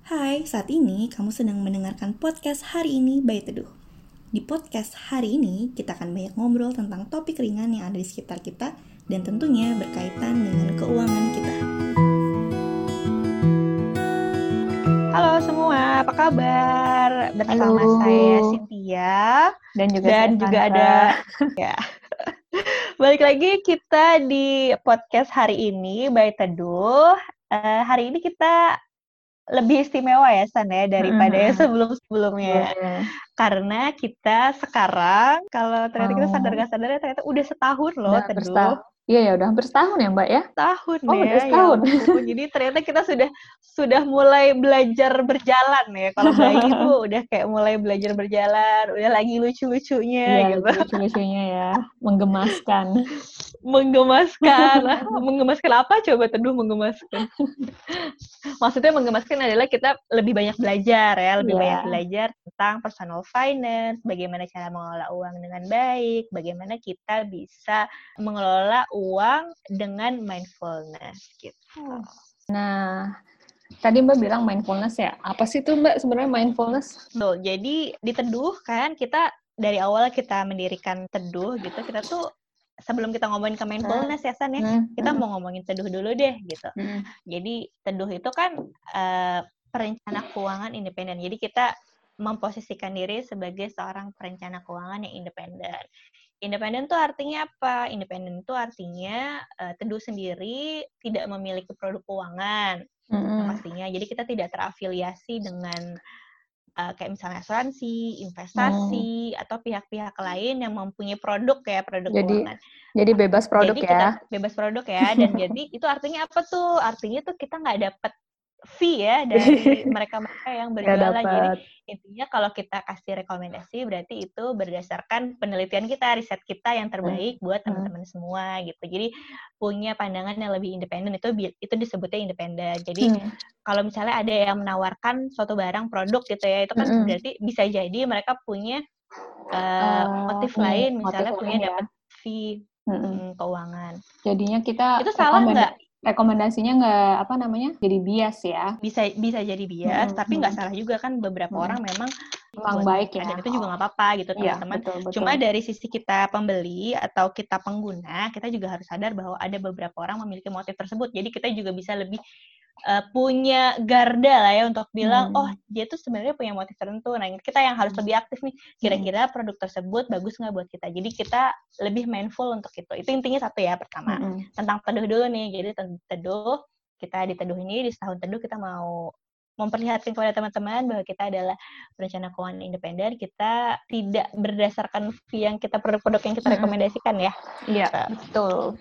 Hai, saat ini kamu sedang mendengarkan podcast Hari Ini by Teduh. Di podcast hari ini, kita akan banyak ngobrol tentang topik ringan yang ada di sekitar kita dan tentunya berkaitan dengan keuangan kita. Halo semua, apa kabar? Bersama Halo. saya Cynthia Dan juga dan saya juga Sandra. ada ya. Balik lagi kita di podcast hari ini by Teduh. Hari ini kita lebih istimewa ya San ya daripada yang sebelum-sebelumnya. Karena kita sekarang kalau ternyata kita sadar gak sadar ternyata udah setahun loh Udah Teduh. Iya ya, udah hampir setahun ya Mbak ya? Tahun Oh, ya, udah setahun. ya ampun. Jadi ternyata kita sudah mulai belajar berjalan ya. Kalau bayi itu udah kayak mulai belajar berjalan, udah lagi lucu-lucunya Iya, gitu. lucu-lucunya ya, menggemaskan. Menggemaskan apa coba Teduh menggemaskan? Maksudnya menggemaskan adalah kita lebih banyak belajar ya, lebih banyak belajar tentang personal finance, bagaimana cara mengelola uang dengan baik, bagaimana kita bisa mengelola uang dengan mindfulness gitu. Nah, tadi Mbak bilang mindfulness ya. Apa sih tuh Mbak sebenarnya mindfulness? Betul. Jadi di Teduh kan kita dari awal kita mendirikan Teduh gitu, kita tuh sebelum kita ngomongin ke mindfulness ya San ya, kita mau ngomongin Teduh dulu deh gitu. Jadi Teduh itu kan perencana keuangan independen. Jadi kita memposisikan diri sebagai seorang perencana keuangan yang independen. Independen itu artinya apa? Independen itu artinya Teduh sendiri tidak memiliki produk keuangan. Pastinya. Jadi kita tidak terafiliasi dengan kayak misalnya asuransi, investasi, atau pihak-pihak lain yang mempunyai produk keuangan. Jadi bebas produk jadi ya? Kita bebas produk ya, dan jadi itu artinya apa tuh? Artinya tuh kita nggak dapat fee ya dari mereka-mereka yang berjualan. Jadi intinya kalau kita kasih rekomendasi berarti itu berdasarkan penelitian kita, riset kita yang terbaik buat teman-teman semua gitu. Jadi punya pandangan yang lebih independen, itu disebutnya independen. Jadi kalau misalnya ada yang menawarkan suatu barang produk gitu ya, itu kan berarti bisa jadi mereka punya motif lain, misalnya punya dapat fee keuangan. Jadinya kita itu salah nggak? Rekomendasinya nggak jadi bias ya? Bisa jadi bias, tapi nggak salah juga kan beberapa orang memang baik ya. Dan itu juga nggak apa-apa gitu teman-teman. Betul. Cuma dari sisi kita pembeli atau kita pengguna, kita juga harus sadar bahwa ada beberapa orang memiliki motif tersebut. Jadi kita juga bisa lebih punya garda lah ya untuk bilang, oh dia tuh sebenarnya punya motif tertentu. Nah kita yang harus lebih aktif nih, kira-kira produk tersebut bagus nggak buat kita. Jadi kita lebih mindful untuk itu. Itu intinya satu ya pertama. Tentang Teduh dulu nih. Jadi Teduh, kita di Teduh ini, di setahun Teduh kita mau memperlihatkan kepada teman-teman bahwa kita adalah perencana keuangan independen. Kita tidak berdasarkan fee yang kita produk-produk yang kita rekomendasikan ya. Iya, betul.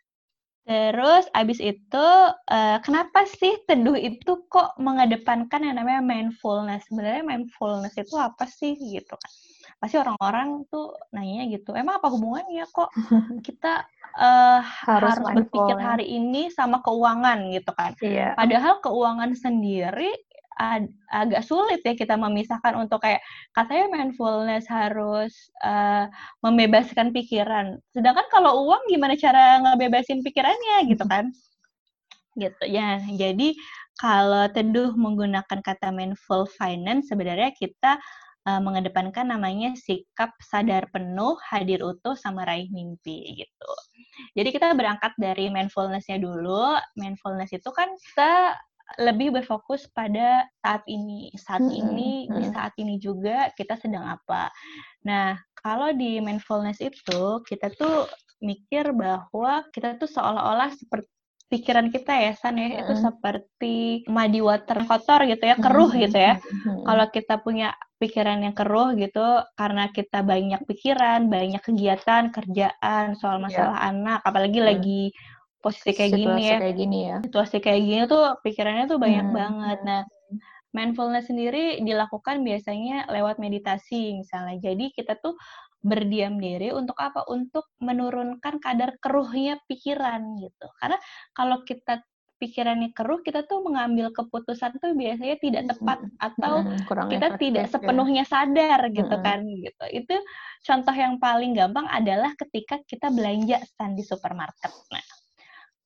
Terus abis itu kenapa sih Teduh itu kok mengedepankan yang namanya mindfulness? Sebenarnya mindfulness itu apa sih gitu kan? Pasti orang-orang tuh nanya gitu, emang apa hubungannya kok kita harus berpikir hari ini sama keuangan gitu kan? Iya. Padahal keuangan sendiri agak sulit ya kita memisahkan untuk kayak katanya mindfulness harus membebaskan pikiran. Sedangkan kalau uang gimana cara ngebebasin pikirannya gitu kan? Gitu ya. Jadi kalau Teduh menggunakan kata mindful finance sebenarnya kita mengedepankan namanya sikap sadar penuh, hadir utuh, sama raih mimpi gitu. Jadi kita berangkat dari mindfulness-nya dulu. Mindfulness itu kan kita lebih berfokus pada saat ini. Di saat ini juga kita sedang apa. Nah, kalau di mindfulness itu, kita tuh mikir bahwa kita tuh seolah-olah seperti pikiran kita ya, San ya, itu seperti muddy water kotor gitu ya, keruh gitu ya. Kalau kita punya pikiran yang keruh gitu, karena kita banyak pikiran, banyak kegiatan, kerjaan, soal masalah anak, apalagi lagi posisi kayak gini ya. Situasi kayak gini tuh pikirannya tuh banyak banget. Nah, mindfulness sendiri dilakukan biasanya lewat meditasi misalnya. Jadi kita tuh berdiam diri untuk apa? Untuk menurunkan kadar keruhnya pikiran gitu. Karena kalau kita pikirannya keruh, kita tuh mengambil keputusan tuh biasanya tidak tepat atau kita tidak sepenuhnya sadar gitu kan gitu. Itu contoh yang paling gampang adalah ketika kita belanja di supermarket. Nah,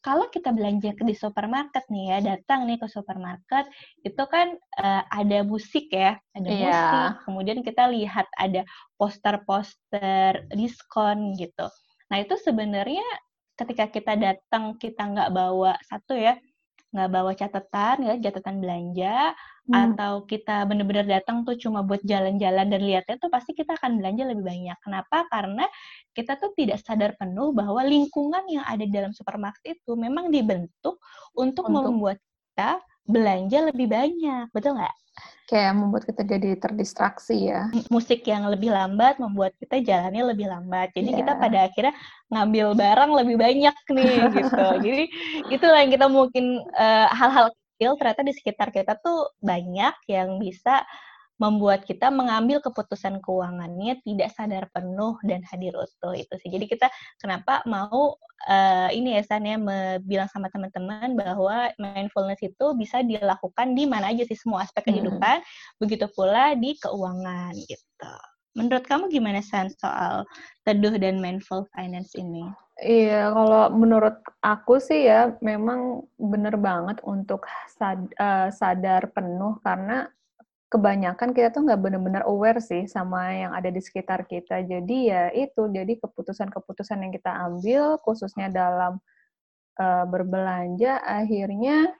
kalau kita belanja di supermarket nih ya, datang nih ke supermarket, itu kan ada musik ya, ada musik, kemudian kita lihat ada poster-poster diskon gitu. Nah itu sebenarnya ketika kita datang, kita nggak bawa satu ya, nggak bawa catatan belanja, atau kita benar-benar datang tuh cuma buat jalan-jalan dan lihatnya tuh pasti kita akan belanja lebih banyak. Kenapa? Karena kita tuh tidak sadar penuh bahwa lingkungan yang ada di dalam supermarket itu memang dibentuk untuk membuat kita belanja lebih banyak. Betul nggak? Kayak membuat kita jadi terdistraksi ya. Musik yang lebih lambat membuat kita jalannya lebih lambat. Jadi kita pada akhirnya ngambil barang lebih banyak nih gitu. Jadi itulah yang kita mungkin hal-hal kecil ternyata di sekitar kita tuh banyak yang bisa membuat kita mengambil keputusan keuangannya tidak sadar penuh dan hadir utuh itu sih. Jadi kita kenapa mau ini ya San ya bilang sama teman-teman bahwa mindfulness itu bisa dilakukan di mana aja sih semua aspek kehidupan, begitu pula di keuangan gitu. Menurut kamu gimana San soal teduh dan mindful finance ini? Iya, kalau menurut aku sih ya memang benar banget untuk sadar penuh karena kebanyakan kita tuh nggak benar-benar aware sih sama yang ada di sekitar kita. Jadi ya itu, jadi keputusan-keputusan yang kita ambil khususnya dalam berbelanja akhirnya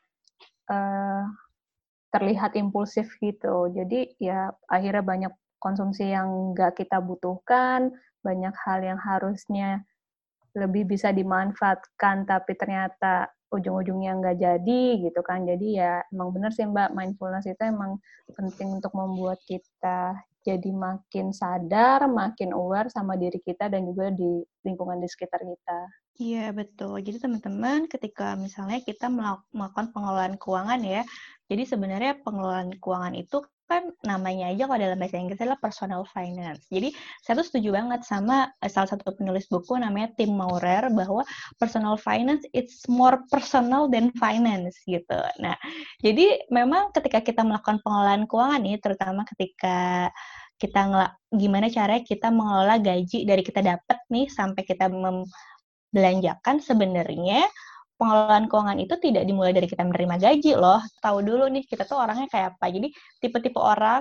terlihat impulsif gitu. Jadi ya akhirnya banyak konsumsi yang nggak kita butuhkan, banyak hal yang harusnya lebih bisa dimanfaatkan tapi ternyata ujung-ujungnya nggak jadi gitu kan. Jadi ya emang benar sih Mbak, mindfulness itu emang penting untuk membuat kita jadi makin sadar, makin aware sama diri kita dan juga di lingkungan di sekitar kita. Iya, betul. Jadi teman-teman ketika misalnya kita melakukan pengelolaan keuangan ya, jadi sebenarnya pengelolaan keuangan itu kan namanya aja kalau dalam bahasa Inggris adalah personal finance. Jadi saya tuh setuju banget sama salah satu penulis buku namanya Tim Maurer bahwa personal finance it's more personal than finance gitu. Nah, jadi memang ketika kita melakukan pengelolaan keuangan nih, terutama ketika kita gimana caranya kita mengelola gaji dari kita dapat nih sampai kita belanjakan sebenarnya pengelolaan keuangan itu tidak dimulai dari kita menerima gaji loh. Tahu dulu nih kita tuh orangnya kayak apa. Jadi tipe-tipe orang,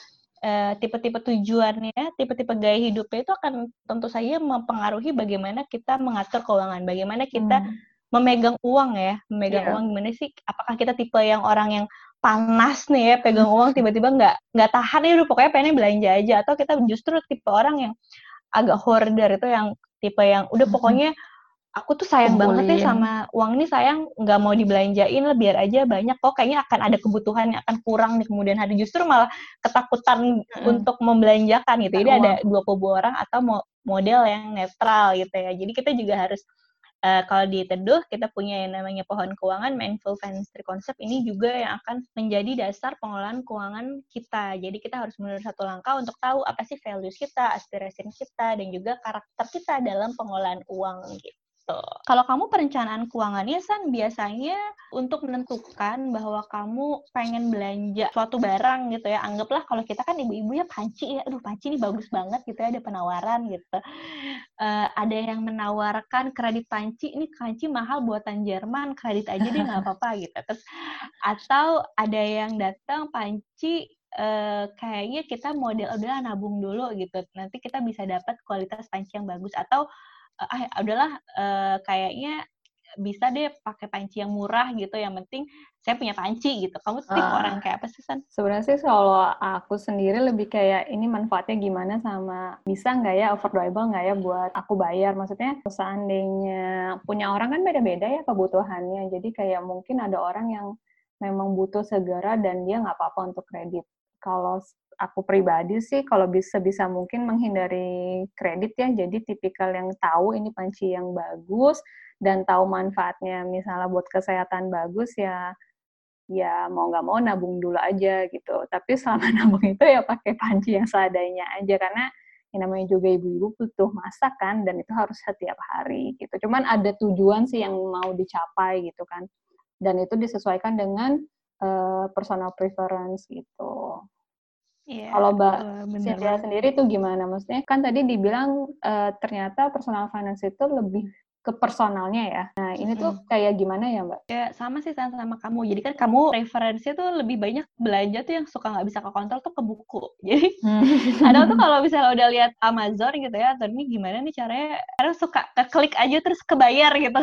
tipe-tipe tujuannya, tipe-tipe gaya hidupnya itu akan tentu saja mempengaruhi bagaimana kita mengatur keuangan, bagaimana kita memegang uang ya, uang gimana sih? Apakah kita tipe yang orang yang panas nih ya, pegang uang tiba-tiba nggak tahan ya, udah pokoknya pengen belanja aja, atau kita justru tipe orang yang agak hoarder itu yang tipe yang udah pokoknya aku tuh sayang banget nih sama uang ini, sayang nggak mau dibelanjain lah biar aja banyak, kok kayaknya akan ada kebutuhan yang akan kurang di kemudian hari, justru malah ketakutan untuk membelanjakan gitu. Jadi ada dua kubu orang atau model yang netral gitu ya. Jadi kita juga harus kalau di Teduh kita punya yang namanya pohon keuangan, mindful finance concept, ini juga yang akan menjadi dasar pengelolaan keuangan kita. Jadi kita harus mundur satu langkah untuk tahu apa sih values kita, aspirasi kita, dan juga karakter kita dalam pengelolaan uang gitu. Kalau kamu perencanaan keuangannya, San, biasanya untuk menentukan bahwa kamu pengen belanja suatu barang gitu ya, anggaplah kalau kita kan ibu-ibu ya panci ya, aduh panci ini bagus banget gitu ya, ada penawaran gitu. Ada yang menawarkan kredit panci, ini panci mahal buatan Jerman, kredit aja deh nggak apa-apa gitu. Terus atau ada yang datang panci kayaknya kita model udah nabung dulu gitu, nanti kita bisa dapat kualitas panci yang bagus, atau udahlah kayaknya bisa deh pakai panci yang murah gitu, yang penting saya punya panci gitu. Kamu tipe orang kayak apa sih, San? Sebenarnya sih kalau aku sendiri lebih kayak ini manfaatnya gimana sama bisa nggak ya, affordable nggak ya buat aku bayar. Maksudnya seandainya punya orang kan beda-beda ya kebutuhannya. Jadi kayak mungkin ada orang yang memang butuh segera dan dia nggak apa-apa untuk kredit. Kalau aku pribadi sih kalau bisa mungkin menghindari kredit ya. Jadi tipikal yang tahu ini panci yang bagus dan tahu manfaatnya, misalnya buat kesehatan bagus ya mau nggak mau nabung dulu aja gitu. Tapi selama nabung itu ya pakai panci yang seadanya aja, karena yang namanya juga ibu-ibu butuh masak kan, dan itu harus setiap hari gitu. Cuman ada tujuan sih yang mau dicapai gitu kan, dan itu disesuaikan dengan personal preference gitu. Yeah, kalau Mbak Cynthia sendiri tuh gimana? Maksudnya kan tadi dibilang ternyata personal finance itu lebih ke personalnya ya. Nah, ini tuh kayak gimana ya, Mbak? Ya, sama sih sama kamu. Jadi kan kamu referensinya tuh lebih banyak belanja tuh yang suka nggak bisa kekontrol tuh ke buku. Jadi kadang tuh kalau misalnya udah lihat Amazon gitu ya, atau ini gimana nih caranya, kadang suka klik aja terus kebayar gitu.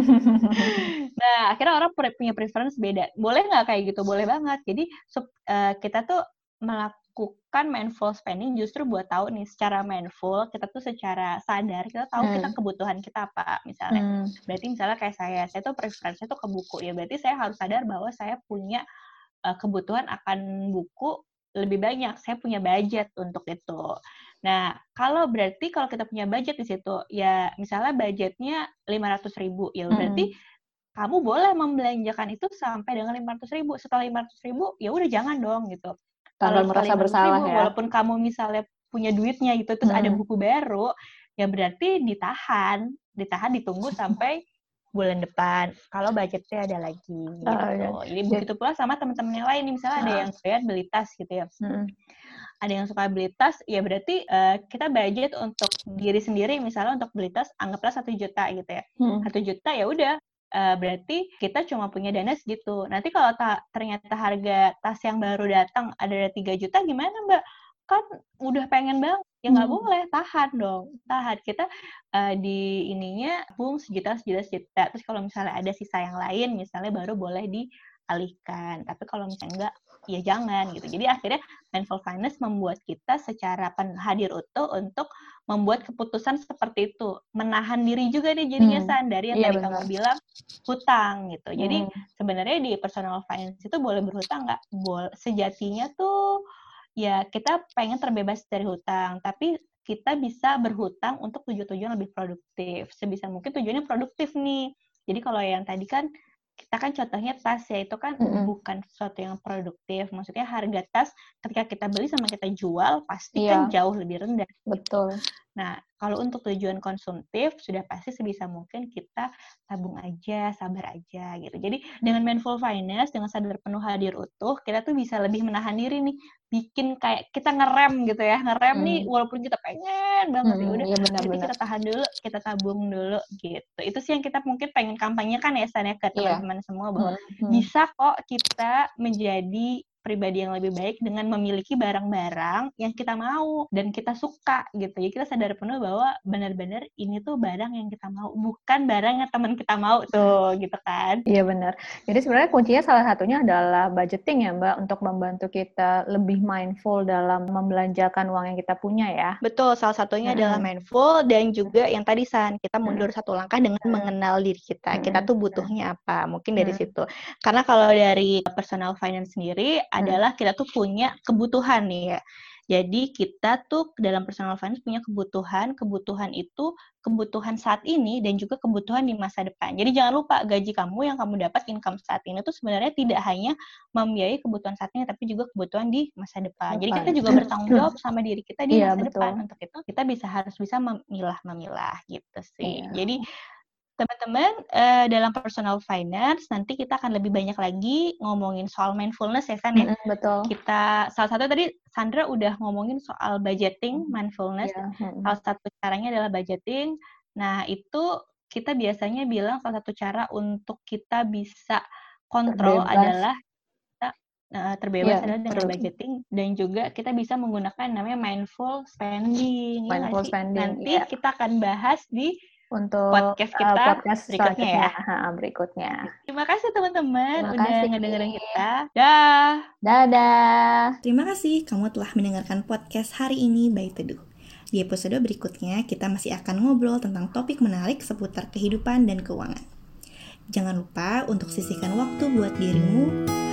Nah, akhirnya orang punya preference beda. Boleh nggak kayak gitu? Boleh banget. Jadi kita tuh melakukan mindful spending justru buat tahu nih secara mindful, kita tuh secara sadar kita tahu kita kebutuhan kita apa misalnya. Berarti misalnya kayak saya tuh preference tuh ke buku ya, berarti saya harus sadar bahwa saya punya kebutuhan akan buku lebih banyak, saya punya budget untuk itu. Nah, kalau kita punya budget di situ, ya misalnya budgetnya 500.000, ya berarti kamu boleh membelanjakan itu sampai dengan 500.000. Setelah 500.000, ya udah jangan dong gitu. Kalau merasa bersalah ya. Walaupun kamu misalnya punya duitnya gitu, terus ada buku baru, ya berarti ditahan, ditunggu sampai bulan depan. Kalau budgetnya ada lagi gitu. Jadi begitu pula sama teman-teman yang lain nih, misalnya ada yang kayak beli tas gitu ya. Ada yang suka beli tas, ya berarti kita budget untuk diri sendiri, misalnya untuk beli tas anggaplah 1 juta gitu ya. 1 juta ya udah. Berarti kita cuma punya dana segitu. Nanti kalau ternyata harga tas yang baru datang ada 3 juta, gimana Mbak? Kan udah pengen banget. Ya nggak boleh, tahan dong. Tahan. Kita di ininya tabung sejuta. Terus kalau misalnya ada sisa yang lain, misalnya baru boleh dialihkan. Tapi kalau misalnya enggak, ya jangan gitu. Jadi akhirnya mindful finance membuat kita secara hadir utuh untuk membuat keputusan seperti itu. Menahan diri juga nih jadinya dari yang tadi kamu bilang hutang gitu. Jadi sebenarnya di personal finance itu boleh berhutang nggak? Sejatinya tuh ya kita pengen terbebas dari hutang, tapi kita bisa berhutang untuk tujuan lebih produktif. Sebisa mungkin tujuannya produktif nih. Jadi kalau yang tadi kan kita kan contohnya tas ya, itu kan bukan sesuatu yang produktif. Maksudnya harga tas ketika kita beli sama kita jual pasti kan jauh lebih rendah. Betul. Nah, kalau untuk tujuan konsumtif sudah pasti sebisa mungkin kita tabung aja, sabar aja gitu. Jadi dengan mindful finance, dengan sadar penuh hadir utuh, kita tuh bisa lebih menahan diri nih, bikin kayak kita ngerem gitu ya, ngerem nih walaupun kita pengen banget ya udah, berarti kita tahan dulu, kita tabung dulu gitu. Itu sih yang kita mungkin pengen kampanyekan ya San, ke teman-teman semua bahwa bisa kok kita menjadi pribadi yang lebih baik dengan memiliki barang-barang yang kita mau dan kita suka gitu. Jadi kita sadar penuh bahwa benar-benar ini tuh barang yang kita mau, bukan barang yang teman kita mau tuh gitu kan. Iya benar. Jadi sebenarnya kuncinya salah satunya adalah budgeting ya Mbak, untuk membantu kita lebih mindful dalam membelanjakan uang yang kita punya ya. Betul, salah satunya adalah mindful dan juga yang tadi San, kita mundur satu langkah dengan mengenal diri kita. Kita tuh butuhnya apa, mungkin dari situ. Karena kalau dari personal finance sendiri adalah kita tuh punya kebutuhan nih ya. Jadi kita tuh dalam personal finance punya kebutuhan itu kebutuhan saat ini dan juga kebutuhan di masa depan. Jadi jangan lupa gaji kamu yang kamu dapat, income saat ini tuh sebenarnya tidak hanya membiayai kebutuhan saat ini tapi juga kebutuhan di masa depan. Jadi kita juga bertanggung jawab sama diri kita di masa depan. Untuk itu kita harus bisa memilah gitu sih. Jadi teman-teman, dalam personal finance nanti kita akan lebih banyak lagi ngomongin soal mindfulness ya San ya. Betul. Kita salah satu tadi Sandra udah ngomongin soal budgeting, mindfulness. Salah satu caranya adalah budgeting. Nah, itu kita biasanya bilang salah satu cara untuk kita bisa kontrol adalah kita terbebas adalah dengan budgeting, dan juga kita bisa menggunakan namanya mindful spending. Mindful spending. Nanti kita akan bahas di untuk podcast kita berikutnya ya. Berikutnya. Terima kasih teman-teman udah ngedengerin kita. Dadah. Terima kasih kamu telah mendengarkan podcast hari ini by Teduh. Di episode berikutnya kita masih akan ngobrol tentang topik menarik seputar kehidupan dan keuangan. Jangan lupa untuk sisihkan waktu buat dirimu